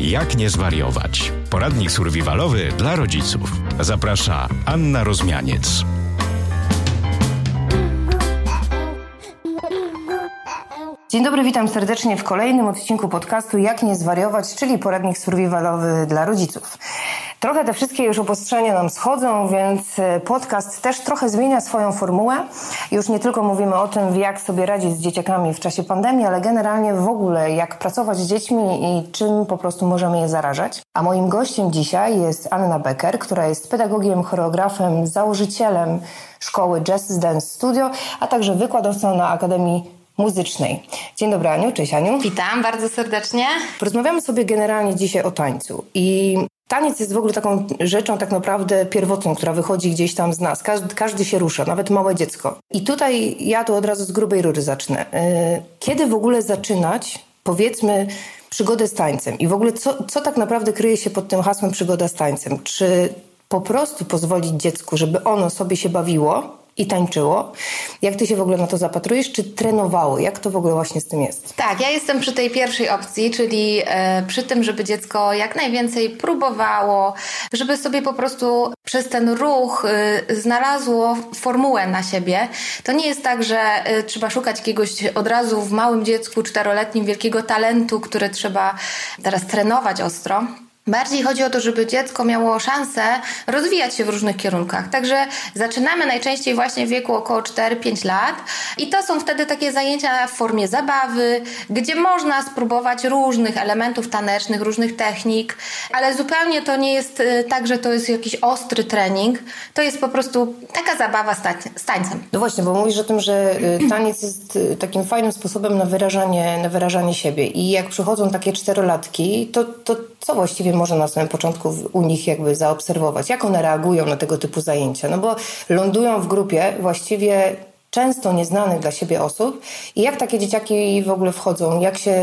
Jak nie zwariować? Poradnik survivalowy dla rodziców. Zaprasza Anna Rozmianiec. Dzień dobry, witam serdecznie w kolejnym odcinku podcastu Jak nie zwariować, czyli poradnik survivalowy dla rodziców. Trochę te wszystkie już obostrzenia nam schodzą, więc podcast też trochę zmienia swoją formułę. Już nie tylko mówimy o tym, jak sobie radzić z dzieciakami w czasie pandemii, ale generalnie w ogóle jak pracować z dziećmi i czym po prostu możemy je zarażać. A moim gościem dzisiaj jest Anna Becker, która jest pedagogiem, choreografem, założycielem szkoły Jazz Dance Studio, a także wykładowcą na Akademii Muzycznej. Dzień dobry, Aniu. Cześć, Aniu. Witam bardzo serdecznie. Porozmawiamy sobie generalnie dzisiaj o tańcu. I taniec jest w ogóle taką rzeczą tak naprawdę pierwotną, która wychodzi gdzieś tam z nas. Każdy się rusza, nawet małe dziecko. I tutaj ja tu od razu z grubej rury zacznę. Kiedy w ogóle zaczynać, powiedzmy, przygodę z tańcem? I w ogóle co tak naprawdę kryje się pod tym hasłem przygoda z tańcem? Czy po prostu pozwolić dziecku, żeby ono sobie się bawiło i tańczyło? Jak ty się w ogóle na to zapatrujesz? Czy trenowało? Jak to w ogóle właśnie z tym jest? Tak, ja jestem przy tej pierwszej opcji, czyli przy tym, żeby dziecko jak najwięcej próbowało, żeby sobie po prostu przez ten ruch znalazło formułę na siebie. To nie jest tak, że trzeba szukać jakiegoś od razu w małym dziecku, 4-letnim wielkiego talentu, który trzeba teraz trenować ostro. Bardziej chodzi o to, żeby dziecko miało szansę rozwijać się w różnych kierunkach. Także zaczynamy najczęściej właśnie w wieku około 4-5 lat i to są wtedy takie zajęcia w formie zabawy, gdzie można spróbować różnych elementów tanecznych, różnych technik, ale zupełnie to nie jest tak, że to jest jakiś ostry trening. To jest po prostu taka zabawa z tańcem. No właśnie, bo mówisz o tym, że taniec jest takim fajnym sposobem na wyrażanie siebie i jak przychodzą takie 4-latki, to co właściwie można na samym początku u nich jakby zaobserwować? Jak one reagują na tego typu zajęcia? No bo lądują w grupie właściwie często nieznanych dla siebie osób i jak takie dzieciaki w ogóle wchodzą?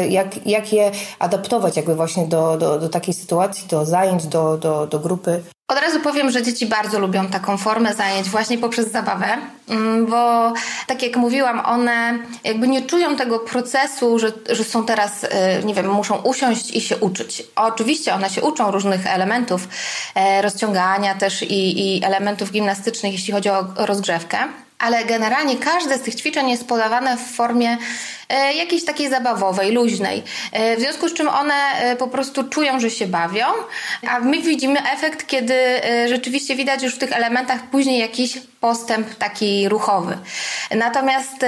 Jak je adaptować jakby właśnie do takiej sytuacji, do zajęć, do grupy? Od razu powiem, że dzieci bardzo lubią taką formę zajęć właśnie poprzez zabawę, bo tak jak mówiłam, one jakby nie czują tego procesu, że są teraz, nie wiem, muszą usiąść i się uczyć. Oczywiście one się uczą różnych elementów rozciągania też i elementów gimnastycznych, jeśli chodzi o rozgrzewkę. Ale generalnie każde z tych ćwiczeń jest podawane w formie jakiejś takiej zabawowej, luźnej. W związku z czym one po prostu czują, że się bawią, a my widzimy efekt, kiedy rzeczywiście widać już w tych elementach później jakiś postęp taki ruchowy. Natomiast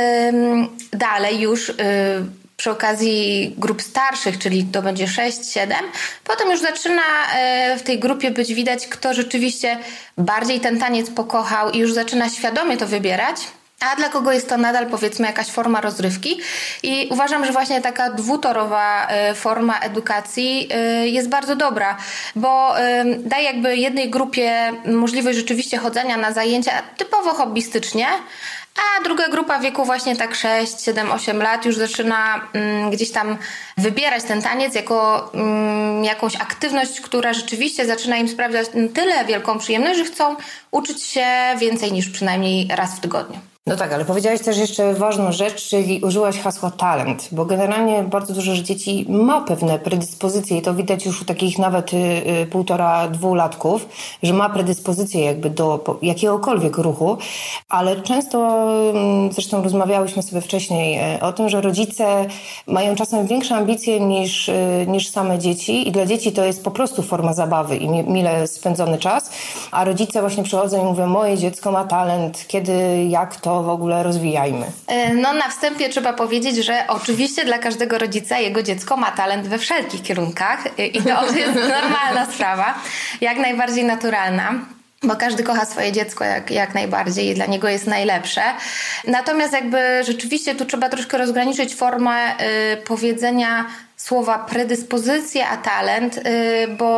dalej już przy okazji grup starszych, czyli to będzie 6-7, potem już zaczyna w tej grupie być widać, kto rzeczywiście bardziej ten taniec pokochał i już zaczyna świadomie to wybierać, a dla kogo jest to nadal, powiedzmy, jakaś forma rozrywki. I uważam, że właśnie taka dwutorowa forma edukacji jest bardzo dobra, bo daje jakby jednej grupie możliwość rzeczywiście chodzenia na zajęcia typowo hobbystycznie, a druga grupa wieku właśnie tak 6, 7, 8 lat już zaczyna gdzieś tam wybierać ten taniec jako jakąś aktywność, która rzeczywiście zaczyna im sprawiać tyle wielką przyjemność, że chcą uczyć się więcej niż przynajmniej raz w tygodniu. No tak, ale powiedziałaś też jeszcze ważną rzecz, czyli użyłaś hasła talent, bo generalnie bardzo dużo dzieci ma pewne predyspozycje i to widać już u takich nawet 1,5-2-latków, że ma predyspozycje jakby do jakiegokolwiek ruchu, ale często, zresztą rozmawiałyśmy sobie wcześniej o tym, że rodzice mają czasem większe ambicje niż same dzieci i dla dzieci to jest po prostu forma zabawy i mile spędzony czas, a rodzice właśnie przychodzą i mówią, moje dziecko ma talent, kiedy, jak to w ogóle rozwijajmy. No na wstępie trzeba powiedzieć, że oczywiście dla każdego rodzica jego dziecko ma talent we wszelkich kierunkach i to jest normalna sprawa, jak najbardziej naturalna. Bo każdy kocha swoje dziecko jak najbardziej i dla niego jest najlepsze. Natomiast jakby rzeczywiście tu trzeba troszkę rozgraniczyć formę powiedzenia słowa predyspozycje a talent, bo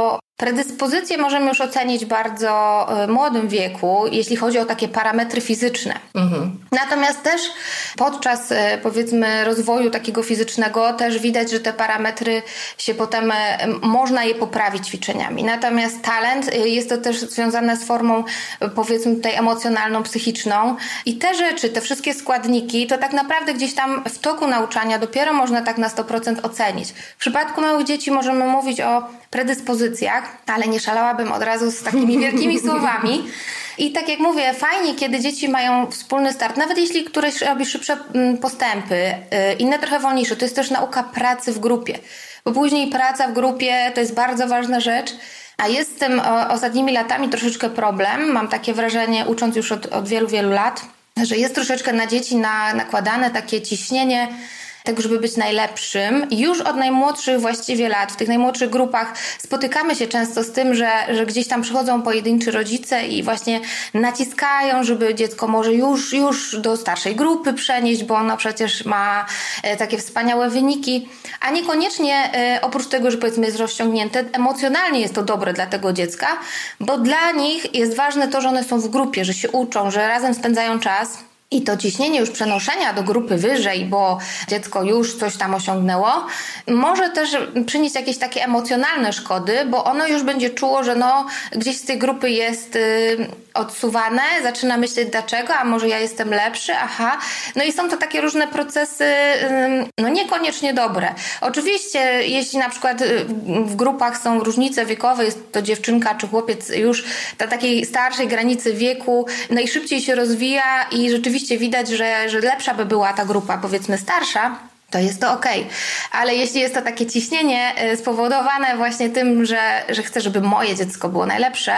Predyspozycje możemy już ocenić w bardzo młodym wieku, jeśli chodzi o takie parametry fizyczne. Natomiast też podczas, powiedzmy, rozwoju takiego fizycznego też widać, że te parametry się potem, można je poprawić ćwiczeniami. Natomiast talent jest to też związane z formą, powiedzmy, tutaj emocjonalną, psychiczną i te rzeczy, te wszystkie składniki, to tak naprawdę gdzieś tam w toku nauczania dopiero można tak na 100% ocenić. W przypadku małych dzieci możemy mówić o predyspozycjach, ale nie szalałabym od razu z takimi wielkimi słowami. I tak jak mówię, fajnie, kiedy dzieci mają wspólny start, nawet jeśli któreś robi szybsze postępy, inne trochę wolniejsze, to jest też nauka pracy w grupie, bo później praca w grupie to jest bardzo ważna rzecz, a jest z tym ostatnimi latami troszeczkę problem. Mam takie wrażenie, ucząc już od wielu, wielu lat, że jest troszeczkę na dzieci nakładane takie ciśnienie tego, żeby być najlepszym. I już od najmłodszych właściwie lat, w tych najmłodszych grupach spotykamy się często z tym, że gdzieś tam przychodzą pojedynczy rodzice i właśnie naciskają, żeby dziecko może już do starszej grupy przenieść, bo ono przecież ma takie wspaniałe wyniki, a niekoniecznie oprócz tego, że powiedzmy jest rozciągnięte, emocjonalnie jest to dobre dla tego dziecka, bo dla nich jest ważne to, że one są w grupie, że się uczą, że razem spędzają czas. I to ciśnienie już przenoszenia do grupy wyżej, bo dziecko już coś tam osiągnęło, może też przynieść jakieś takie emocjonalne szkody, bo ono już będzie czuło, że gdzieś z tej grupy jest odsuwane, zaczyna myśleć dlaczego, a może ja jestem lepszy, aha. No i są to takie różne procesy, niekoniecznie dobre. Oczywiście, jeśli na przykład w grupach są różnice wiekowe, jest to dziewczynka czy chłopiec już na takiej starszej granicy wieku, najszybciej się rozwija i rzeczywiście widać, że lepsza by była ta grupa, powiedzmy starsza, to jest to okej. Ale jeśli jest to takie ciśnienie spowodowane właśnie tym, że chcę, żeby moje dziecko było najlepsze,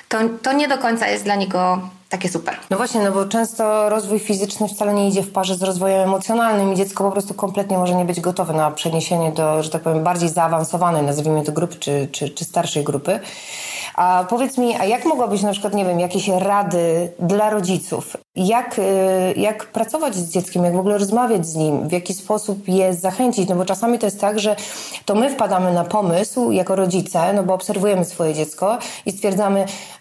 to nie do końca jest dla niego takie super. No właśnie, bo często rozwój fizyczny wcale nie idzie w parze z rozwojem emocjonalnym i dziecko po prostu kompletnie może nie być gotowe na przeniesienie do, że tak powiem, bardziej zaawansowanej, nazwijmy to grupy czy starszej grupy. A powiedz mi, jak mogłabyś na przykład, nie wiem, jakieś rady dla rodziców? Jak pracować z dzieckiem, jak w ogóle rozmawiać z nim, w jaki sposób je zachęcić? No bo czasami to jest tak, że to my wpadamy na pomysł jako rodzice, bo obserwujemy swoje dziecko i stwierdzamy,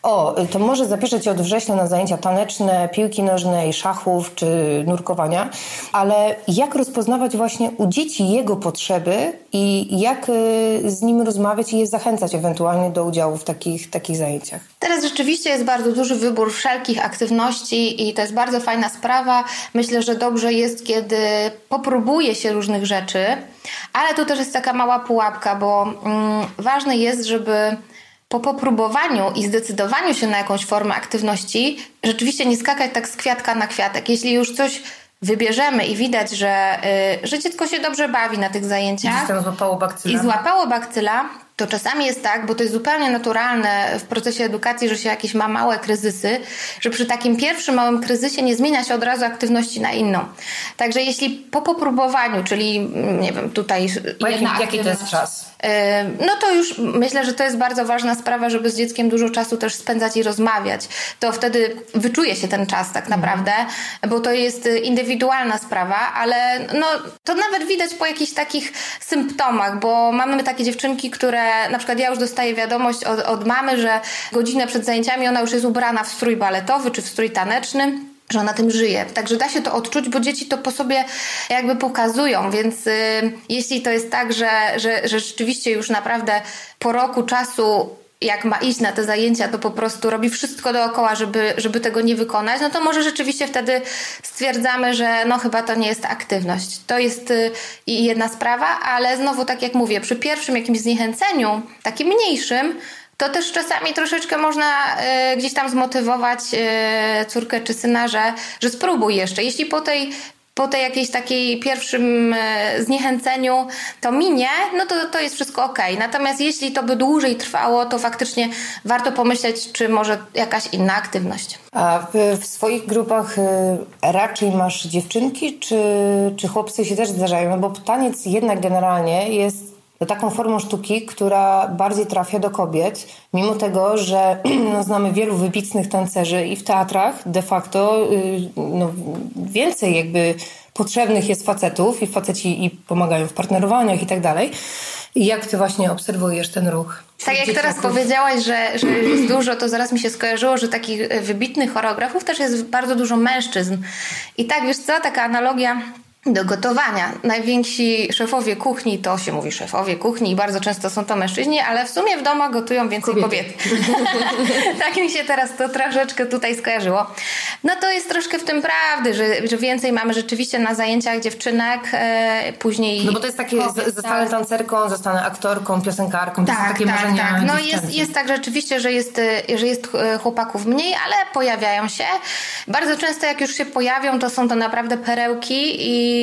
to może zapiszę cię od września na zajęcia taneczne, piłki nożnej, szachów czy nurkowania, ale jak rozpoznawać właśnie u dzieci jego potrzeby i jak z nim rozmawiać i je zachęcać ewentualnie do udziału w takich zajęciach? Teraz rzeczywiście jest bardzo duży wybór wszelkich aktywności i to jest bardzo fajna sprawa. Myślę, że dobrze jest, kiedy popróbuje się różnych rzeczy, ale to też jest taka mała pułapka, bo ważne jest, żeby po popróbowaniu i zdecydowaniu się na jakąś formę aktywności rzeczywiście nie skakać tak z kwiatka na kwiatek. Jeśli już coś wybierzemy i widać, że dziecko się dobrze bawi na tych zajęciach i złapało bakcyla, to czasami jest tak, bo to jest zupełnie naturalne w procesie edukacji, że się jakieś ma małe kryzysy, że przy takim pierwszym małym kryzysie nie zmienia się od razu aktywności na inną. Także jeśli po popróbowaniu, czyli nie wiem, tutaj jaki to jest czas? To już myślę, że to jest bardzo ważna sprawa, żeby z dzieckiem dużo czasu też spędzać i rozmawiać. To wtedy wyczuje się ten czas tak naprawdę, bo to jest indywidualna sprawa, ale to nawet widać po jakichś takich symptomach, bo mamy takie dziewczynki, które na przykład ja już dostaję wiadomość od mamy, że godzinę przed zajęciami ona już jest ubrana w strój baletowy czy w strój taneczny, że ona tym żyje. Także da się to odczuć, bo dzieci to po sobie jakby pokazują, więc jeśli to jest tak, że rzeczywiście już naprawdę po roku czasu jak ma iść na te zajęcia, to po prostu robi wszystko dookoła, żeby tego nie wykonać, to może rzeczywiście wtedy stwierdzamy, że chyba to nie jest aktywność. To jest jedna sprawa, ale znowu tak jak mówię, przy pierwszym jakimś zniechęceniu, takim mniejszym, to też czasami troszeczkę można gdzieś tam zmotywować córkę czy syna, że spróbuj jeszcze. Jeśli po tej jakiejś takiej pierwszym zniechęceniu to minie, to jest wszystko okej. Natomiast jeśli to by dłużej trwało, to faktycznie warto pomyśleć, czy może jakaś inna aktywność. A w swoich grupach raczej masz dziewczynki, czy chłopcy się też zdarzają? Bo taniec jednak generalnie jest taką formą sztuki, która bardziej trafia do kobiet, mimo tego, że znamy wielu wybitnych tancerzy i w teatrach de facto więcej jakby potrzebnych jest facetów i faceci i pomagają w partnerowaniach i tak dalej. I jak ty właśnie obserwujesz ten ruch? Tak jak teraz powiedziałaś, że jest dużo, to zaraz mi się skojarzyło, że takich wybitnych choreografów też jest bardzo dużo mężczyzn. I tak, wiesz co, taka analogia do gotowania. Najwięksi szefowie kuchni, to się mówi szefowie kuchni i bardzo często są to mężczyźni, ale w sumie w domach gotują więcej kobiety. Tak mi się teraz to troszeczkę tutaj skojarzyło. No to jest troszkę w tym prawdy, że więcej mamy rzeczywiście na zajęciach dziewczynek, później... No bo to jest takie, zostanę tancerką, zostanę aktorką, piosenkarką, to są takie marzenia. Tak. No jest tak rzeczywiście, że jest chłopaków mniej, ale pojawiają się. Bardzo często jak już się pojawią, to są to naprawdę perełki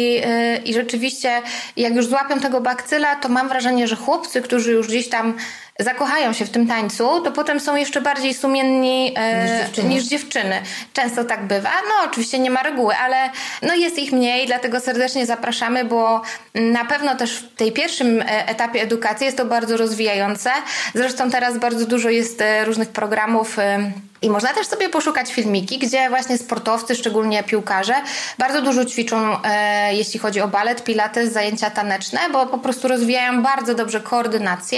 i rzeczywiście jak już złapią tego bakcyla, to mam wrażenie, że chłopcy, którzy już gdzieś tam zakochają się w tym tańcu, to potem są jeszcze bardziej sumienni niż dziewczyny. Często tak bywa. No oczywiście nie ma reguły, ale no jest ich mniej, dlatego serdecznie zapraszamy, bo na pewno też w tej pierwszym etapie edukacji jest to bardzo rozwijające. Zresztą teraz bardzo dużo jest różnych programów i można też sobie poszukać filmiki, gdzie właśnie sportowcy, szczególnie piłkarze, bardzo dużo ćwiczą, jeśli chodzi o balet, pilates, zajęcia taneczne, bo po prostu rozwijają bardzo dobrze koordynację,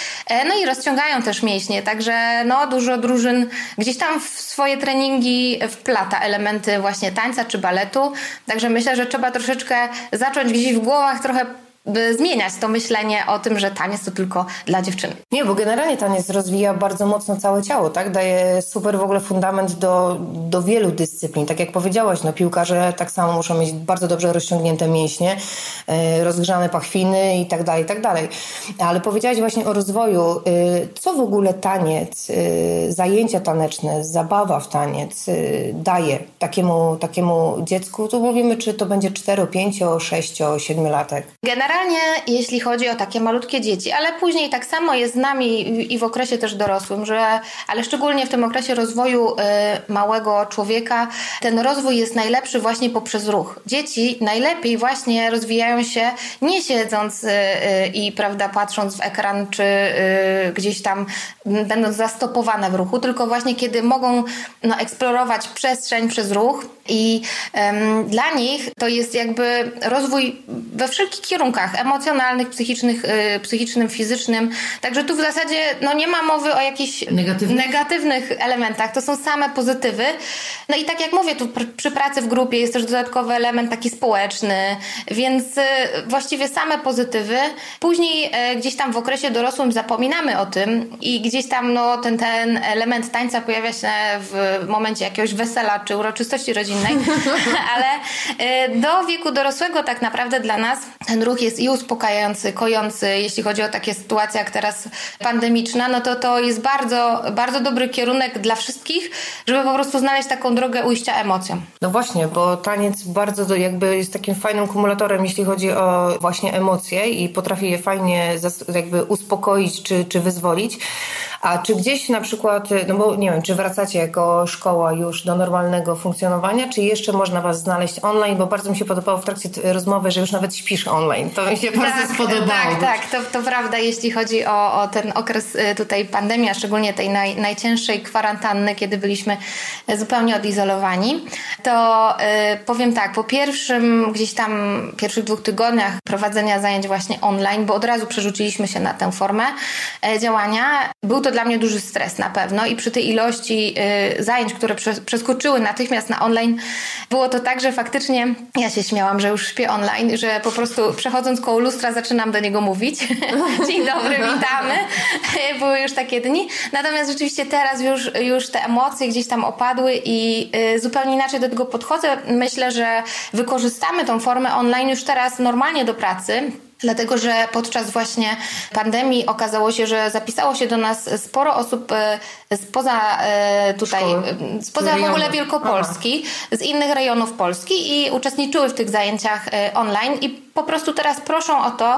no i rozciągają też mięśnie, także no dużo drużyn gdzieś tam w swoje treningi wplata elementy właśnie tańca czy baletu, także myślę, że trzeba troszeczkę zacząć gdzieś w głowach trochę zmieniać to myślenie o tym, że taniec to tylko dla dziewczyn. Nie, bo generalnie taniec rozwija bardzo mocno całe ciało, tak? Daje super w ogóle fundament do wielu dyscyplin. Tak jak powiedziałaś, no piłkarze tak samo muszą mieć bardzo dobrze rozciągnięte mięśnie, rozgrzane pachwiny i tak dalej, i tak dalej. Ale powiedziałaś właśnie o rozwoju. Co w ogóle taniec, zajęcia taneczne, zabawa w taniec daje takiemu dziecku? Tu mówimy, czy to będzie 4, 5, 6, 7 latek. Generalnie jeśli chodzi o takie malutkie dzieci, ale później tak samo jest z nami i w okresie też dorosłym, ale szczególnie w tym okresie rozwoju małego człowieka, ten rozwój jest najlepszy właśnie poprzez ruch. Dzieci najlepiej właśnie rozwijają się nie siedząc i prawda, patrząc w ekran, czy gdzieś tam będąc zastopowane w ruchu, tylko właśnie kiedy mogą eksplorować przestrzeń przez ruch i dla nich to jest jakby rozwój we wszelkich kierunkach emocjonalnych, psychicznym, fizycznym. Także tu w zasadzie nie ma mowy o jakichś negatywnych elementach. To są same pozytywy. No i tak jak mówię, tu przy pracy w grupie jest też dodatkowy element taki społeczny, więc właściwie same pozytywy. Później gdzieś tam w okresie dorosłym zapominamy o tym i gdzieś tam ten element tańca pojawia się w momencie jakiegoś wesela czy uroczystości rodzinnej, ale do wieku dorosłego tak naprawdę dla nas ten ruch jest i uspokajający, kojący, jeśli chodzi o takie sytuacje jak teraz pandemiczna, to jest bardzo, bardzo dobry kierunek dla wszystkich, żeby po prostu znaleźć taką drogę ujścia emocjom. No właśnie, bo taniec bardzo jakby jest takim fajnym kumulatorem, jeśli chodzi o właśnie emocje i potrafi je fajnie jakby uspokoić czy wyzwolić. A czy gdzieś na przykład, no bo nie wiem, czy wracacie jako szkoła już do normalnego funkcjonowania, czy jeszcze można was znaleźć online, bo bardzo mi się podobało w trakcie rozmowy, że już nawet śpisz online. To mi się bardzo spodobało. Tak, to prawda, jeśli chodzi o ten okres tutaj pandemii, a szczególnie tej najcięższej kwarantanny, kiedy byliśmy zupełnie odizolowani, to powiem tak, po pierwszych 2 tygodniach prowadzenia zajęć właśnie online, bo od razu przerzuciliśmy się na tę formę działania, był to dla mnie duży stres na pewno i przy tej ilości zajęć, które przeskoczyły natychmiast na online, było to tak, że faktycznie ja się śmiałam, że już śpię online, że po prostu przechodząc koło lustra zaczynam do niego mówić. Dzień dobry, witamy. Były już takie dni. Natomiast rzeczywiście teraz już te emocje gdzieś tam opadły i zupełnie inaczej do tego podchodzę. Myślę, że wykorzystamy tą formę online już teraz normalnie do pracy. Dlatego, że podczas właśnie pandemii okazało się, że zapisało się do nas sporo osób spoza w ogóle Wielkopolski, z innych rejonów Polski i uczestniczyły w tych zajęciach online i po prostu teraz proszą o to,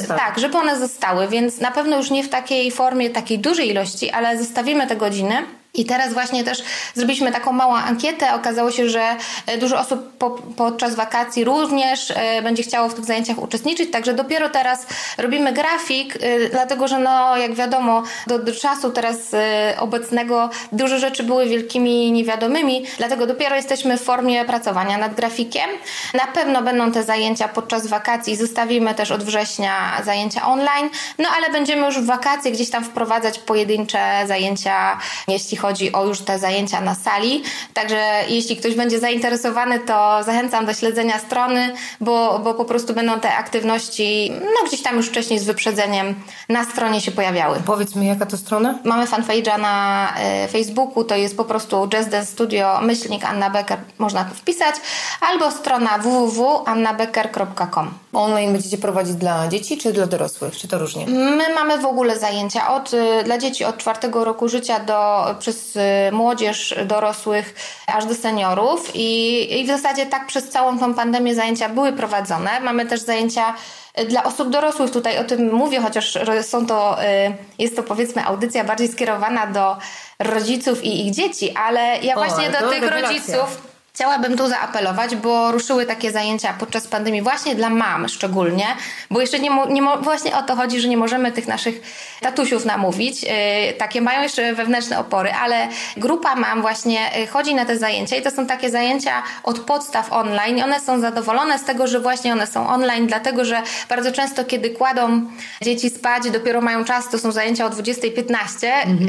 żeby one zostały, więc na pewno już nie w takiej formie, takiej dużej ilości, ale zostawimy te godziny. I teraz właśnie też zrobiliśmy taką małą ankietę. Okazało się, że dużo osób podczas wakacji również będzie chciało w tych zajęciach uczestniczyć, także dopiero teraz robimy grafik, dlatego że jak wiadomo, do czasu teraz obecnego dużo rzeczy były wielkimi niewiadomymi, dlatego dopiero jesteśmy w formie pracowania nad grafikiem. Na pewno będą te zajęcia podczas wakacji, zostawimy też od września zajęcia online, ale będziemy już w wakacje gdzieś tam wprowadzać pojedyncze zajęcia, jeśli chodzi o już te zajęcia na sali. Także jeśli ktoś będzie zainteresowany, to zachęcam do śledzenia strony, bo po prostu będą te aktywności gdzieś tam już wcześniej z wyprzedzeniem na stronie się pojawiały. Powiedz mi, jaka to strona? Mamy fanpage'a na Facebooku, to jest po prostu Jazz Dance Studio Anna Becker, można tu wpisać, albo strona www.annabecker.com. Online będziecie prowadzić dla dzieci czy dla dorosłych? Czy to różnie? My mamy w ogóle zajęcia dla dzieci od 4 roku życia przez młodzież, dorosłych, aż do seniorów i w zasadzie tak przez całą tą pandemię zajęcia były prowadzone. Mamy też zajęcia dla osób dorosłych, tutaj o tym mówię, chociaż jest to powiedzmy audycja bardziej skierowana do rodziców i ich dzieci, ale ja właśnie do tych rodziców chciałabym tu zaapelować, bo ruszyły takie zajęcia podczas pandemii właśnie dla mam szczególnie, bo jeszcze właśnie o to chodzi, że nie możemy tych naszych tatusiów namówić. Takie mają jeszcze wewnętrzne opory, ale grupa mam właśnie chodzi na te zajęcia i to są takie zajęcia od podstaw online. One są zadowolone z tego, że właśnie one są online, dlatego że bardzo często, kiedy kładą dzieci spać, dopiero mają czas, to są zajęcia o 20:15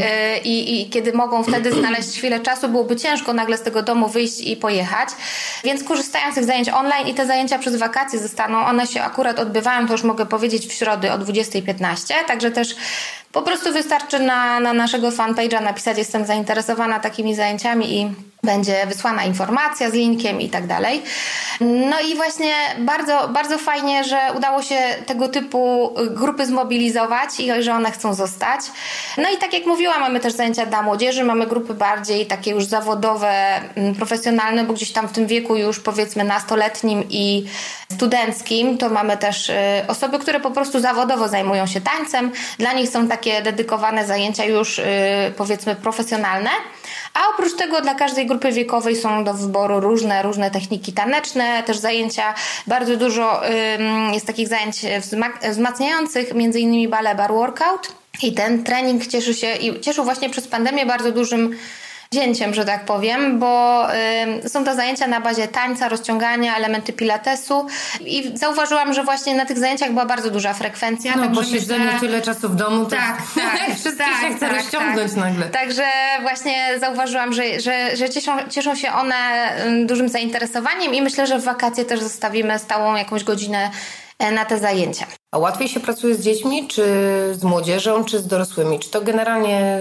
i kiedy mogą wtedy znaleźć chwilę czasu, byłoby ciężko nagle z tego domu wyjść i pojechać. Więc korzystają z tych zajęć online i te zajęcia przez wakacje zostaną. One się akurat odbywają, to już mogę powiedzieć, w środę o 20:15. Także też po prostu wystarczy na naszego fanpage'a napisać: jestem zainteresowana takimi zajęciami i będzie wysłana informacja z linkiem i tak dalej. No i właśnie bardzo, bardzo fajnie, że udało się tego typu grupy zmobilizować i że one chcą zostać. No i tak jak mówiłam, mamy też zajęcia dla młodzieży, mamy grupy bardziej takie już zawodowe, profesjonalne, bo gdzieś tam w tym wieku już powiedzmy nastoletnim i studenckim to mamy też osoby, które po prostu zawodowo zajmują się tańcem. Dla nich są takie dedykowane zajęcia już powiedzmy profesjonalne. A oprócz tego dla każdej grupy wiekowej są do wyboru różne techniki taneczne, też zajęcia, bardzo dużo jest takich zajęć wzmacniających, między innymi ballet bar workout. I ten trening cieszył właśnie przez pandemię bardzo dużym wzięciem, że tak powiem, bo są to zajęcia na bazie tańca, rozciągania, elementy pilatesu i zauważyłam, że właśnie na tych zajęciach była bardzo duża frekwencja. No po siedzeniu tyle czasu w domu, to wszystkich się chce rozciągnąć nagle. Także właśnie zauważyłam, że cieszą się one dużym zainteresowaniem i myślę, że w wakacje też zostawimy stałą jakąś godzinę na te zajęcia. A łatwiej się pracuje z dziećmi, czy z młodzieżą, czy z dorosłymi? Czy to generalnie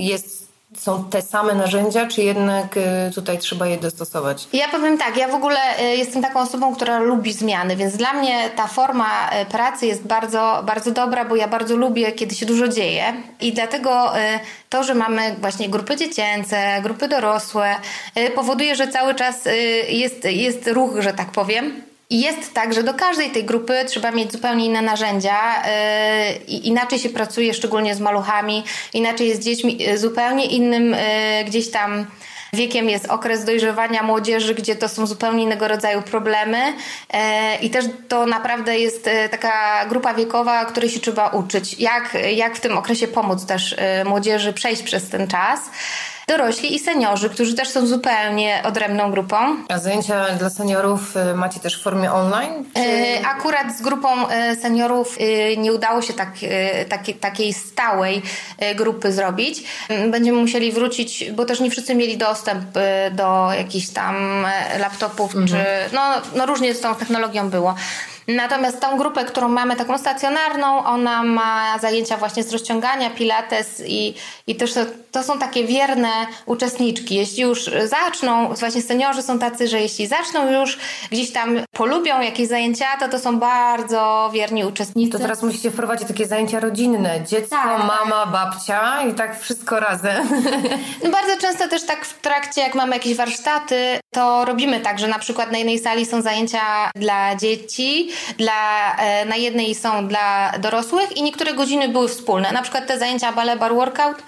są te same narzędzia, czy jednak tutaj trzeba je dostosować? Ja powiem tak, ja w ogóle jestem taką osobą, która lubi zmiany, więc dla mnie ta forma pracy jest bardzo, bardzo dobra, bo ja bardzo lubię, kiedy się dużo dzieje i dlatego to, że mamy właśnie grupy dziecięce, grupy dorosłe, powoduje, że cały czas jest ruch, że tak powiem. I jest tak, że do każdej tej grupy trzeba mieć zupełnie inne narzędzia i inaczej się pracuje, szczególnie z maluchami, inaczej jest z dziećmi, zupełnie innym gdzieś tam wiekiem jest okres dojrzewania młodzieży, gdzie to są zupełnie innego rodzaju problemy i też to naprawdę jest taka grupa wiekowa, której się trzeba uczyć. Jak w tym okresie pomóc też młodzieży przejść przez ten czas. Dorośli i seniorzy, którzy też są zupełnie odrębną grupą. A zajęcia dla seniorów macie też w formie online? Czy... Akurat z grupą seniorów nie udało się takiej stałej grupy zrobić. Będziemy musieli wrócić, bo też nie wszyscy mieli dostęp do jakichś tam laptopów, czy no różnie z tą technologią było. Natomiast tą grupę, którą mamy taką stacjonarną, ona ma zajęcia właśnie z rozciągania, pilates i też to są takie wierne uczestniczki. Jeśli już zaczną, właśnie seniorzy są tacy, że jeśli zaczną już gdzieś tam polubią jakieś zajęcia, to są bardzo wierni uczestnicy. To teraz musicie wprowadzić takie zajęcia rodzinne. Dziecko, mama, babcia i tak wszystko razem. No bardzo często też tak w trakcie, jak mamy jakieś warsztaty, to robimy tak, że na przykład na jednej sali są zajęcia dla dzieci, na jednej są dla dorosłych i niektóre godziny były wspólne. Na przykład te zajęcia ballet bar workout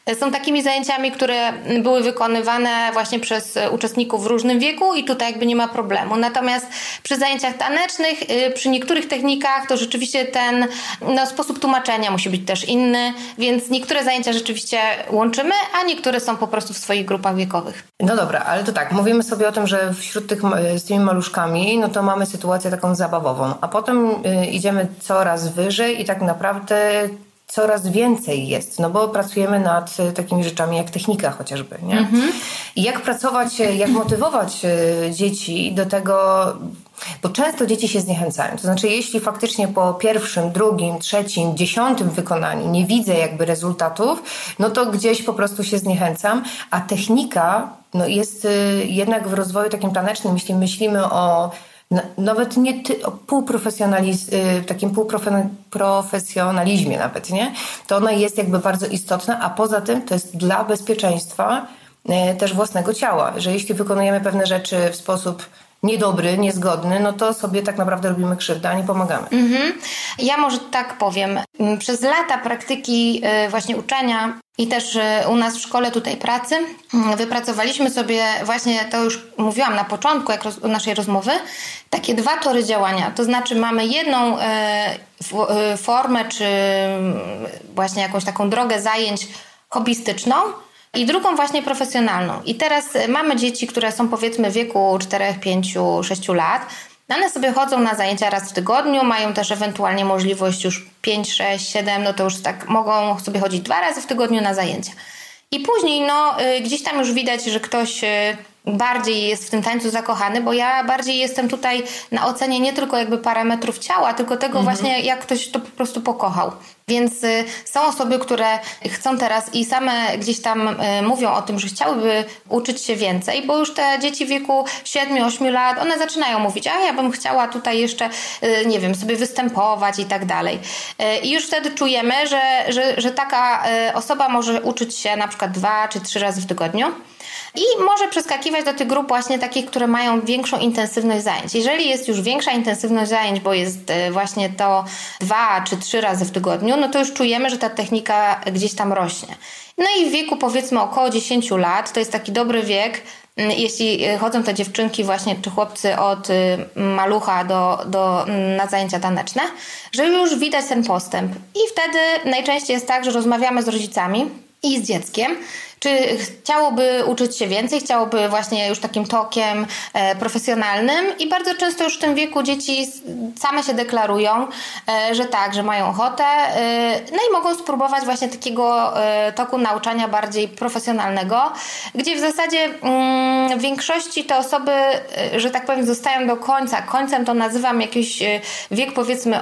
są takimi zajęciami, które były wykonywane właśnie przez uczestników w różnym wieku i tutaj jakby nie ma problemu. Natomiast przy zajęciach tanecznych, przy niektórych technikach to rzeczywiście ten sposób tłumaczenia musi być też inny, więc niektóre zajęcia rzeczywiście łączymy, a niektóre są po prostu w swoich grupach wiekowych. No dobra, ale to tak, mówimy sobie o tym, że wśród z tymi maluszkami, no to mamy sytuację taką zabawową, a potem idziemy coraz wyżej i tak naprawdę coraz więcej jest, no bo pracujemy nad takimi rzeczami jak technika chociażby, nie? I jak pracować, jak motywować dzieci do tego, bo często dzieci się zniechęcają. To znaczy, jeśli faktycznie po pierwszym, drugim, trzecim, 10 wykonaniu nie widzę jakby rezultatów, no to gdzieś po prostu się zniechęcam, a technika jest jednak w rozwoju takim tanecznym, jeśli myślimy o nawet nie o takim półprofesjonalizmie nawet, nie? To ona jest jakby bardzo istotna, a poza tym to jest dla bezpieczeństwa też własnego ciała, że jeśli wykonujemy pewne rzeczy w sposób niedobry, niezgodny, no to sobie tak naprawdę robimy krzywdę, a nie pomagamy. Ja może tak powiem. Przez lata praktyki właśnie uczenia i też u nas w szkole tutaj pracy wypracowaliśmy sobie właśnie, to już mówiłam na początku naszej rozmowy, takie 2 tory działania. To znaczy mamy jedną formę, czy właśnie jakąś taką drogę zajęć hobbystyczną, i drugą właśnie profesjonalną. I teraz mamy dzieci, które są powiedzmy w wieku 4, 5, 6 lat. One sobie chodzą na zajęcia raz w tygodniu, mają też ewentualnie możliwość już 5, 6, 7, no to już tak mogą sobie chodzić 2 razy w tygodniu na zajęcia. I później gdzieś tam już widać, że ktoś bardziej jest w tym tańcu zakochany, bo ja bardziej jestem tutaj na ocenie nie tylko jakby parametrów ciała, tylko tego właśnie, jak ktoś to po prostu pokochał. Więc są osoby, które chcą teraz i same gdzieś tam mówią o tym, że chciałyby uczyć się więcej, bo już te dzieci w wieku 7-8 lat, one zaczynają mówić, a ja bym chciała tutaj jeszcze, nie wiem, sobie występować i tak dalej. I już wtedy czujemy, że taka osoba może uczyć się na przykład 2 czy 3 razy w tygodniu. I może przeskakiwać do tych grup właśnie takich, które mają większą intensywność zajęć. Jeżeli jest już większa intensywność zajęć, bo jest właśnie to 2 czy 3 razy w tygodniu, no to już czujemy, że ta technika gdzieś tam rośnie. No i w wieku powiedzmy około 10 lat, to jest taki dobry wiek, jeśli chodzą te dziewczynki właśnie, czy chłopcy od malucha na zajęcia taneczne, że już widać ten postęp. I wtedy najczęściej jest tak, że rozmawiamy z rodzicami i z dzieckiem, czy chciałoby uczyć się więcej, chciałoby właśnie już takim tokiem profesjonalnym i bardzo często już w tym wieku dzieci same się deklarują, że tak, że mają ochotę, no i mogą spróbować właśnie takiego toku nauczania bardziej profesjonalnego, gdzie w zasadzie w większości te osoby, że tak powiem, zostają do końca. Końcem to nazywam jakiś wiek powiedzmy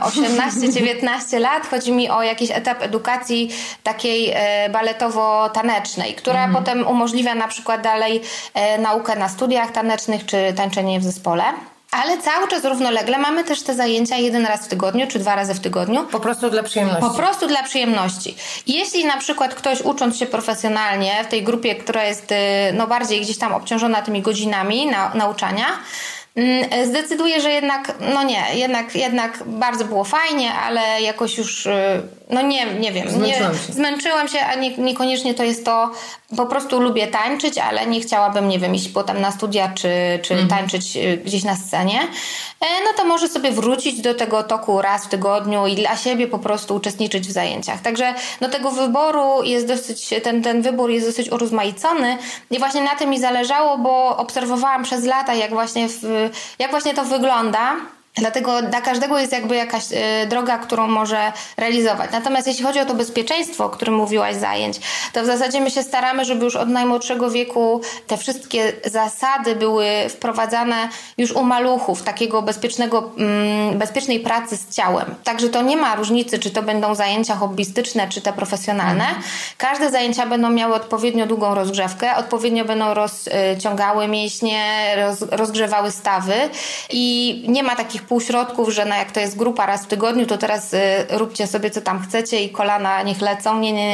18-19 lat. Chodzi mi o jakiś etap edukacji takiej baletowo-tanecznej, która potem umożliwia na przykład dalej naukę na studiach tanecznych czy tańczenie w zespole. Ale cały czas równolegle mamy też te zajęcia 1 raz w tygodniu czy 2 razy w tygodniu. Po prostu dla przyjemności. Po prostu dla przyjemności. Jeśli na przykład ktoś ucząc się profesjonalnie w tej grupie, która jest bardziej gdzieś tam obciążona tymi godzinami nauczania, zdecyduje, że jednak, jednak bardzo było fajnie, ale jakoś już, nie wiem, zmęczyłam się, a niekoniecznie to jest to, po prostu lubię tańczyć, ale nie chciałabym, nie wiem, iść potem na studia, czy tańczyć gdzieś na scenie, no to może sobie wrócić do tego toku raz w tygodniu i dla siebie po prostu uczestniczyć w zajęciach. Także tego wyboru jest dosyć, ten wybór jest dosyć urozmaicony i właśnie na tym mi zależało, bo obserwowałam przez lata, jak właśnie to wygląda. Dlatego dla każdego jest jakby jakaś droga, którą może realizować. Natomiast jeśli chodzi o to bezpieczeństwo, o którym mówiłaś, zajęć, to w zasadzie my się staramy, żeby już od najmłodszego wieku te wszystkie zasady były wprowadzane już u maluchów, takiego bezpiecznej pracy z ciałem. Także to nie ma różnicy, czy to będą zajęcia hobbystyczne, czy te profesjonalne. Każde zajęcia będą miały odpowiednio długą rozgrzewkę, odpowiednio będą rozciągały mięśnie, rozgrzewały stawy i nie ma takich półśrodków, że jak to jest grupa raz w tygodniu, to teraz róbcie sobie co tam chcecie i kolana niech lecą. Nie.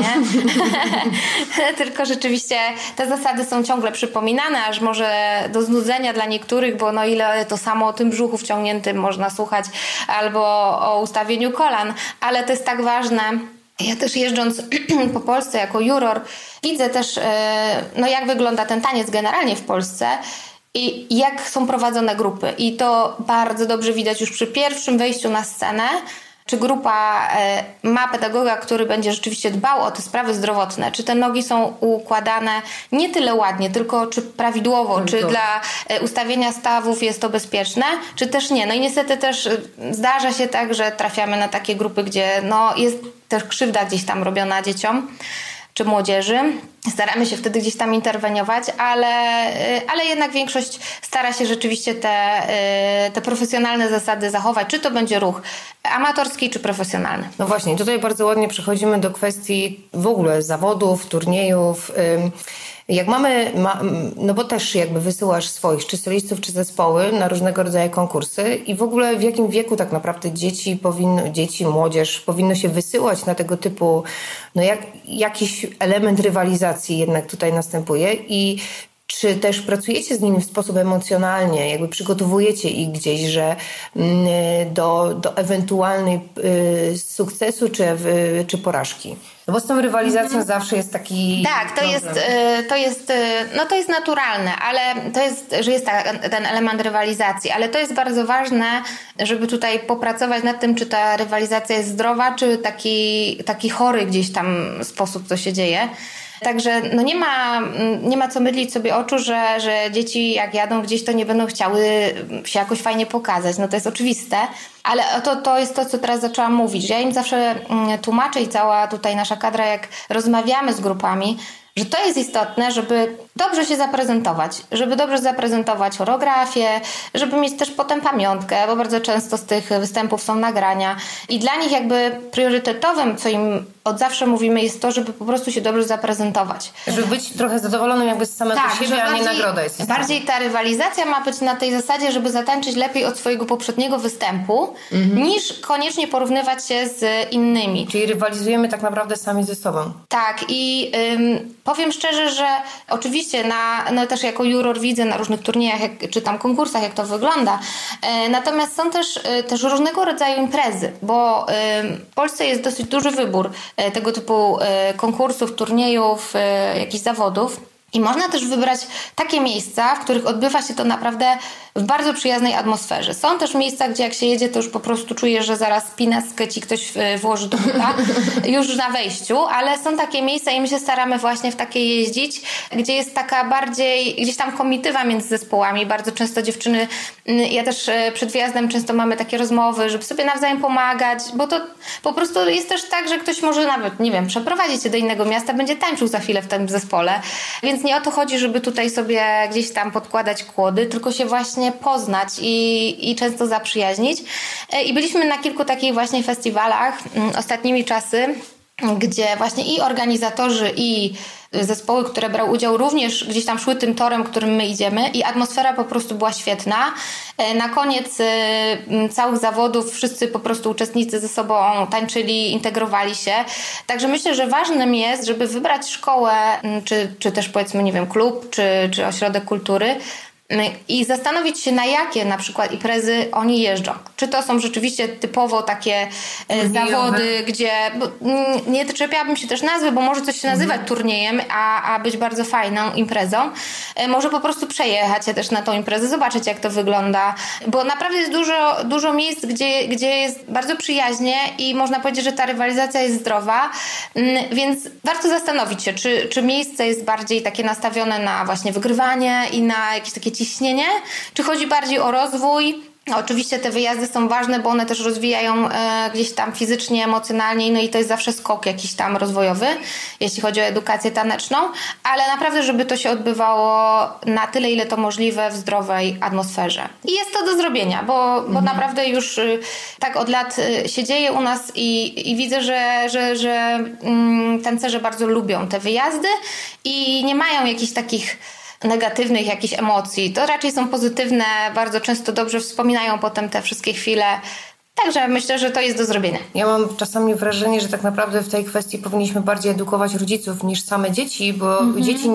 Tylko rzeczywiście te zasady są ciągle przypominane, aż może do znudzenia dla niektórych, bo ile to samo o tym brzuchu wciągniętym można słuchać, albo o ustawieniu kolan, ale to jest tak ważne, Ja też jeżdżąc po Polsce jako juror widzę też, jak wygląda ten taniec generalnie w Polsce i jak są prowadzone grupy. I to bardzo dobrze widać już przy pierwszym wejściu na scenę, czy grupa ma pedagoga, który będzie rzeczywiście dbał o te sprawy zdrowotne, czy te nogi są układane nie tyle ładnie, tylko czy prawidłowo, czy dla ustawienia stawów jest to bezpieczne, czy też nie. No i niestety też zdarza się tak, że trafiamy na takie grupy, gdzie jest też krzywda gdzieś tam robiona dzieciom czy młodzieży. Staramy się wtedy gdzieś tam interweniować, ale jednak większość stara się rzeczywiście te profesjonalne zasady zachować, czy to będzie ruch amatorski, czy profesjonalny. No właśnie, tutaj bardzo ładnie przechodzimy do kwestii w ogóle zawodów, turniejów. Jak no bo też jakby wysyłasz swoich, czy solistów, czy zespoły na różnego rodzaju konkursy i w ogóle w jakim wieku tak naprawdę dzieci, młodzież powinno się wysyłać na tego typu, jakiś element rywalizacji jednak tutaj następuje i czy też pracujecie z nimi w sposób emocjonalnie, jakby przygotowujecie ich gdzieś, że do ewentualnej sukcesu czy porażki? No bo z tą rywalizacją zawsze jest taki... Tak, to jest naturalne, ale to jest, że jest ten element rywalizacji, ale to jest bardzo ważne, żeby tutaj popracować nad tym, czy ta rywalizacja jest zdrowa, czy taki chory gdzieś tam sposób to się dzieje. Także nie ma co mydlić sobie oczu, że dzieci jak jadą gdzieś, to nie będą chciały się jakoś fajnie pokazać. No to jest oczywiste, ale to jest to, co teraz zaczęłam mówić. Ja im zawsze tłumaczę i cała tutaj nasza kadra, jak rozmawiamy z grupami, że to jest istotne, żeby dobrze się zaprezentować choreografię, żeby mieć też potem pamiątkę, bo bardzo często z tych występów są nagrania. I dla nich jakby priorytetowym, co im od zawsze mówimy, jest to, żeby po prostu się dobrze zaprezentować. Żeby być trochę zadowolonym jakby z samego siebie, a nie nagroda jest istotna. Bardziej ta rywalizacja ma być na tej zasadzie, żeby zatańczyć lepiej od swojego poprzedniego występu, niż koniecznie porównywać się z innymi. Czyli rywalizujemy tak naprawdę sami ze sobą. Tak i powiem szczerze, że oczywiście też jako juror widzę na różnych turniejach czy tam konkursach, jak to wygląda. Natomiast są też różnego rodzaju imprezy, bo w Polsce jest dosyć duży wybór tego typu konkursów, turniejów, jakichś zawodów. I można też wybrać takie miejsca, w których odbywa się to naprawdę w bardzo przyjaznej atmosferze. Są też miejsca, gdzie jak się jedzie, to już po prostu czujesz, że zaraz pinaskę ci ktoś włoży do buta już na wejściu, ale są takie miejsca i my się staramy właśnie w takie jeździć, gdzie jest taka bardziej gdzieś tam komitywa między zespołami. Bardzo często dziewczyny, ja też przed wjazdem często mamy takie rozmowy, żeby sobie nawzajem pomagać, bo to po prostu jest też tak, że ktoś może nawet, nie wiem, przeprowadzić się do innego miasta, będzie tańczył za chwilę w tym zespole, więc nie o to chodzi, żeby tutaj sobie gdzieś tam podkładać kłody, tylko się właśnie poznać i często zaprzyjaźnić. I byliśmy na kilku takich właśnie festiwalach ostatnimi czasy, gdzie właśnie i organizatorzy, i zespoły, które brały udział, również gdzieś tam szły tym torem, którym my idziemy i atmosfera po prostu była świetna. Na koniec całych zawodów wszyscy po prostu uczestnicy ze sobą tańczyli, integrowali się. Także myślę, że ważnym jest, żeby wybrać szkołę, czy też powiedzmy, nie wiem, klub, czy ośrodek kultury, i zastanowić się, na jakie na przykład imprezy oni jeżdżą. Czy to są rzeczywiście typowo takie zawody, gdzie nie czepiałabym się też nazwy, bo może coś się nazywać turniejem, a być bardzo fajną imprezą. Może po prostu przejechać się też na tą imprezę, zobaczyć, jak to wygląda, bo naprawdę jest dużo miejsc, gdzie jest bardzo przyjaźnie i można powiedzieć, że ta rywalizacja jest zdrowa, więc warto zastanowić się, czy miejsce jest bardziej takie nastawione na właśnie wygrywanie i na jakieś takie ciśnienie, czy chodzi bardziej o rozwój. Oczywiście te wyjazdy są ważne, bo one też rozwijają gdzieś tam fizycznie, emocjonalnie, no i to jest zawsze skok jakiś tam rozwojowy, jeśli chodzi o edukację taneczną, ale naprawdę, żeby to się odbywało na tyle, ile to możliwe w zdrowej atmosferze. I jest to do zrobienia, bo naprawdę już tak od lat się dzieje u nas i widzę, że tancerze bardzo lubią te wyjazdy i nie mają jakichś takich negatywnych jakichś emocji. To raczej są pozytywne, bardzo często dobrze wspominają potem te wszystkie chwile. Także myślę, że to jest do zrobienia. Ja mam czasami wrażenie, że tak naprawdę w tej kwestii powinniśmy bardziej edukować rodziców niż same dzieci, bo dzieci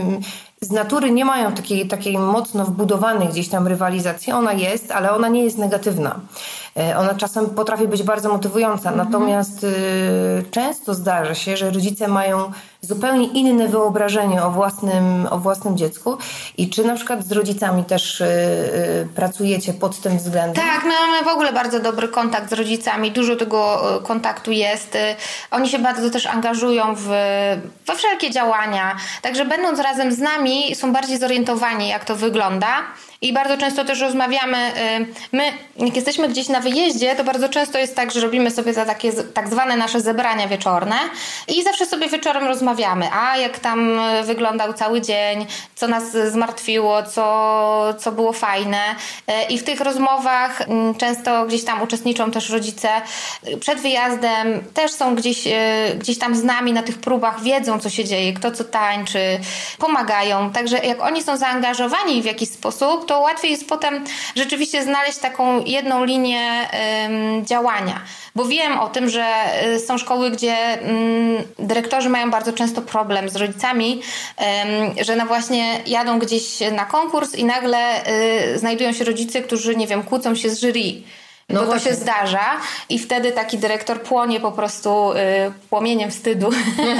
z natury nie mają takiej mocno wbudowanej gdzieś tam rywalizacji. Ona jest, ale ona nie jest negatywna. Ona czasem potrafi być bardzo motywująca, natomiast często zdarza się, że rodzice mają zupełnie inne wyobrażenie o własnym dziecku. I czy na przykład z rodzicami też pracujecie pod tym względem? Tak, my mamy w ogóle bardzo dobry kontakt z rodzicami, dużo tego kontaktu jest. Oni się bardzo też angażują we wszelkie działania, także będąc razem z nami są bardziej zorientowani, jak to wygląda. I bardzo często też rozmawiamy, my jak jesteśmy gdzieś na wyjeździe, to bardzo często jest tak, że robimy sobie za takie tak zwane nasze zebrania wieczorne i zawsze sobie wieczorem rozmawiamy, a jak tam wyglądał cały dzień, co nas zmartwiło, co było fajne. I w tych rozmowach często gdzieś tam uczestniczą też rodzice. Przed wyjazdem też są gdzieś tam z nami na tych próbach, wiedzą co się dzieje, kto co tańczy, pomagają. Także jak oni są zaangażowani w jakiś sposób, to łatwiej jest potem rzeczywiście znaleźć taką jedną linię działania. Bo wiem o tym, że są szkoły, gdzie dyrektorzy mają bardzo często problem z rodzicami, że no właśnie jadą gdzieś na konkurs i nagle znajdują się rodzice, którzy, nie wiem, kłócą się z jury. No bo to się zdarza i wtedy taki dyrektor płonie po prostu płomieniem wstydu.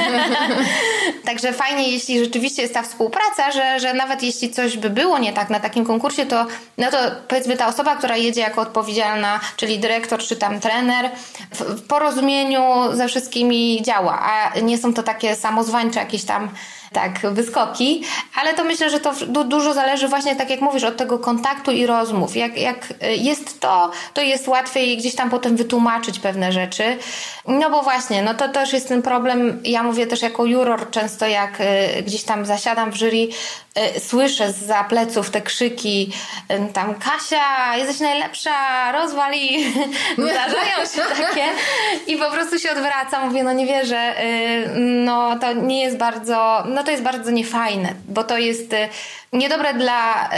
Także fajnie, jeśli rzeczywiście jest ta współpraca, że nawet jeśli coś by było nie tak na takim konkursie, to powiedzmy ta osoba, która jedzie jako odpowiedzialna, czyli dyrektor czy tam trener, w porozumieniu ze wszystkimi działa, a nie są to takie samozwańcze jakieś tam wyskoki, ale to myślę, że to dużo zależy właśnie, tak jak mówisz, od tego kontaktu i rozmów. Jak jest to jest łatwiej gdzieś tam potem wytłumaczyć pewne rzeczy. No bo właśnie, no to też jest ten problem. Ja mówię też jako juror często, jak gdzieś tam zasiadam w jury, słyszę zza pleców te krzyki, tam Kasia, jesteś najlepsza, rozwali. Zdarzają się takie i po prostu się odwracam, mówię, no nie wierzę, no to nie jest bardzo, no to jest bardzo niefajne, bo to jest niedobre dla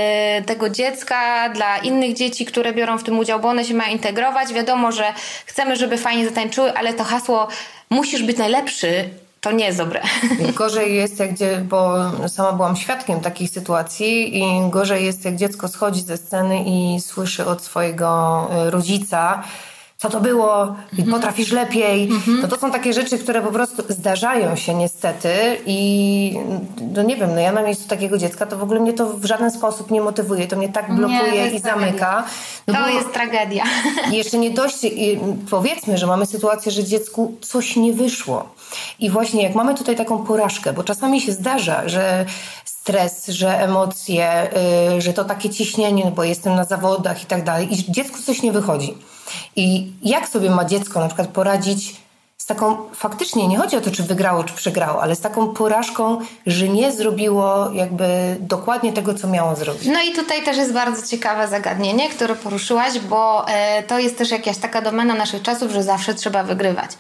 tego dziecka, dla innych dzieci, które biorą w tym udział, bo one się mają integrować. Wiadomo, że chcemy, żeby fajnie zatańczyły, ale to hasło musisz być najlepszy, to nie jest dobre. Gorzej jest, bo sama byłam świadkiem takich sytuacji i gorzej jest, jak dziecko schodzi ze sceny i słyszy od swojego rodzica, co to było, potrafisz lepiej. No to są takie rzeczy, które po prostu zdarzają się niestety i no nie wiem, no ja na miejscu takiego dziecka to w ogóle mnie to w żaden sposób nie motywuje, to mnie tak blokuje i zamyka. No to jest tragedia. Jeszcze nie dość, powiedzmy, że mamy sytuację, że dziecku coś nie wyszło. I właśnie jak mamy tutaj taką porażkę, bo czasami się zdarza, że stres, że emocje, że to takie ciśnienie, no bo jestem na zawodach i tak dalej i dziecku coś nie wychodzi. I jak sobie ma dziecko na przykład poradzić z taką, faktycznie nie chodzi o to, czy wygrało, czy przegrało, ale z taką porażką, że nie zrobiło jakby dokładnie tego, co miało zrobić. No i tutaj też jest bardzo ciekawe zagadnienie, które poruszyłaś, bo to jest też jakaś taka domena naszych czasów, że zawsze trzeba wygrywać.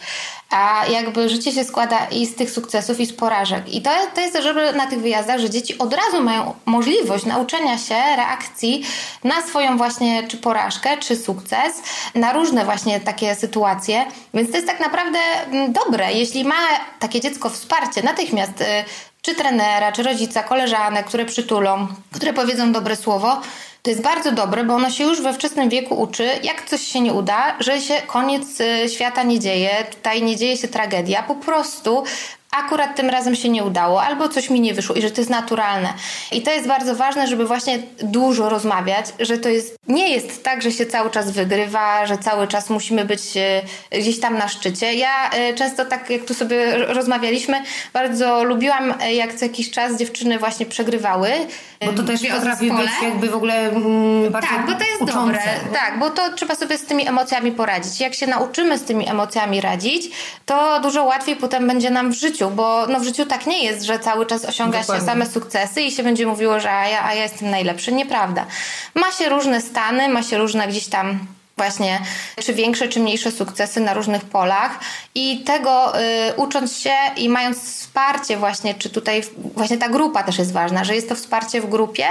A jakby życie się składa i z tych sukcesów, i z porażek. I to jest też na tych wyjazdach, że dzieci od razu mają możliwość nauczenia się reakcji na swoją właśnie czy porażkę, czy sukces, na różne właśnie takie sytuacje. Więc to jest tak naprawdę dobre, jeśli ma takie dziecko wsparcie natychmiast, czy trenera, czy rodzica, koleżanek, które przytulą, które powiedzą dobre słowo, to jest bardzo dobre, bo ono się już we wczesnym wieku uczy, jak coś się nie uda, że się koniec świata nie dzieje, tutaj nie dzieje się tragedia, po prostu akurat tym razem się nie udało, albo coś mi nie wyszło i że to jest naturalne. I to jest bardzo ważne, żeby właśnie dużo rozmawiać, że to nie jest tak, że się cały czas wygrywa, że cały czas musimy być gdzieś tam na szczycie. Ja często tak, jak tu sobie rozmawialiśmy, bardzo lubiłam, jak co jakiś czas dziewczyny właśnie przegrywały. Bo to też potrafi być jakby w ogóle bardzo tak, bo to jest uczące. Dobre. Tak, bo to trzeba sobie z tymi emocjami poradzić. Jak się nauczymy z tymi emocjami radzić, to dużo łatwiej potem będzie nam w życiu, bo w życiu tak nie jest, że cały czas osiąga się same sukcesy i się będzie mówiło, że ja jestem najlepszy. Nieprawda. Ma się różne stany, ma się różne gdzieś tam właśnie czy większe, czy mniejsze sukcesy na różnych polach i tego ucząc się i mając wsparcie właśnie, czy tutaj właśnie ta grupa też jest ważna, że jest to wsparcie w grupie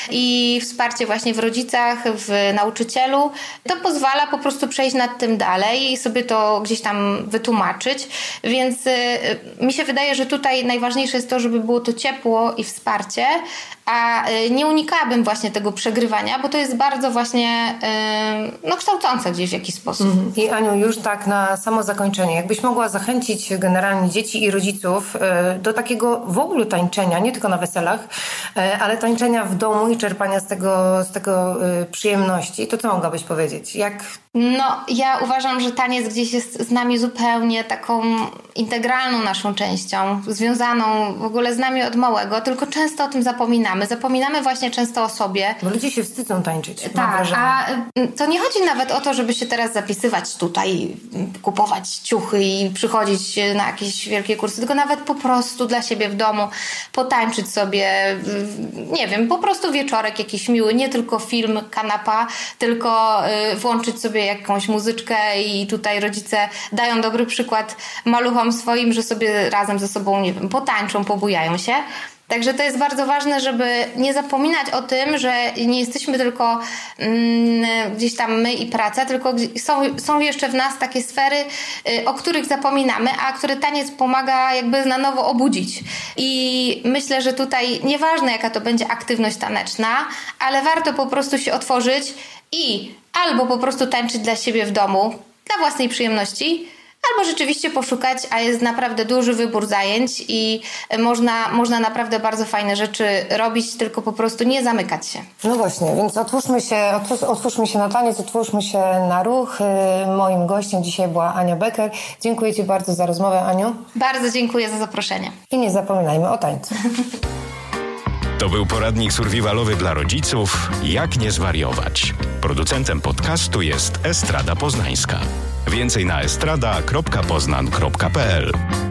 i wsparcie właśnie w rodzicach, w nauczycielu, to pozwala po prostu przejść nad tym dalej i sobie to gdzieś tam wytłumaczyć, więc mi się wydaje, że tutaj najważniejsze jest to, żeby było to ciepło i wsparcie, a nie unikałabym właśnie tego przegrywania, bo to jest bardzo właśnie kształtujące kształcące gdzieś w jakiś sposób. I Aniu, już tak na samo zakończenie, jakbyś mogła zachęcić generalnie dzieci i rodziców do takiego w ogóle tańczenia, nie tylko na weselach, ale tańczenia w domu i czerpania z tego przyjemności, to co mogłabyś powiedzieć? No, ja uważam, że taniec gdzieś jest z nami zupełnie taką integralną naszą częścią, związaną w ogóle z nami od małego, tylko często o tym zapominamy. Zapominamy właśnie często o sobie. Bo ludzie się wstydzą tańczyć. Tak, a to nie chodzi nawet o to, żeby się teraz zapisywać tutaj, kupować ciuchy i przychodzić na jakieś wielkie kursy, tylko nawet po prostu dla siebie w domu potańczyć sobie, nie wiem, po prostu wieczorek jakiś miły, nie tylko film, kanapa, tylko włączyć sobie jakąś muzyczkę i tutaj rodzice dają dobry przykład maluchom swoim, że sobie razem ze sobą, nie wiem, potańczą, pobujają się. Także to jest bardzo ważne, żeby nie zapominać o tym, że nie jesteśmy tylko gdzieś tam my i praca, tylko są jeszcze w nas takie sfery, o których zapominamy, a które taniec pomaga jakby na nowo obudzić. I myślę, że tutaj nieważne jaka to będzie aktywność taneczna, ale warto po prostu się otworzyć i albo po prostu tańczyć dla siebie w domu, dla własnej przyjemności, albo rzeczywiście poszukać, a jest naprawdę duży wybór zajęć i można naprawdę bardzo fajne rzeczy robić, tylko po prostu nie zamykać się. No właśnie, więc otwórzmy się na taniec, otwórzmy się na ruch. Moim gościem dzisiaj była Ania Becker. Dziękuję Ci bardzo za rozmowę, Aniu. Bardzo dziękuję za zaproszenie. I nie zapominajmy o tańcu. To był poradnik survivalowy dla rodziców Jak nie zwariować. Producentem podcastu jest Estrada Poznańska. Więcej na estrada.poznan.pl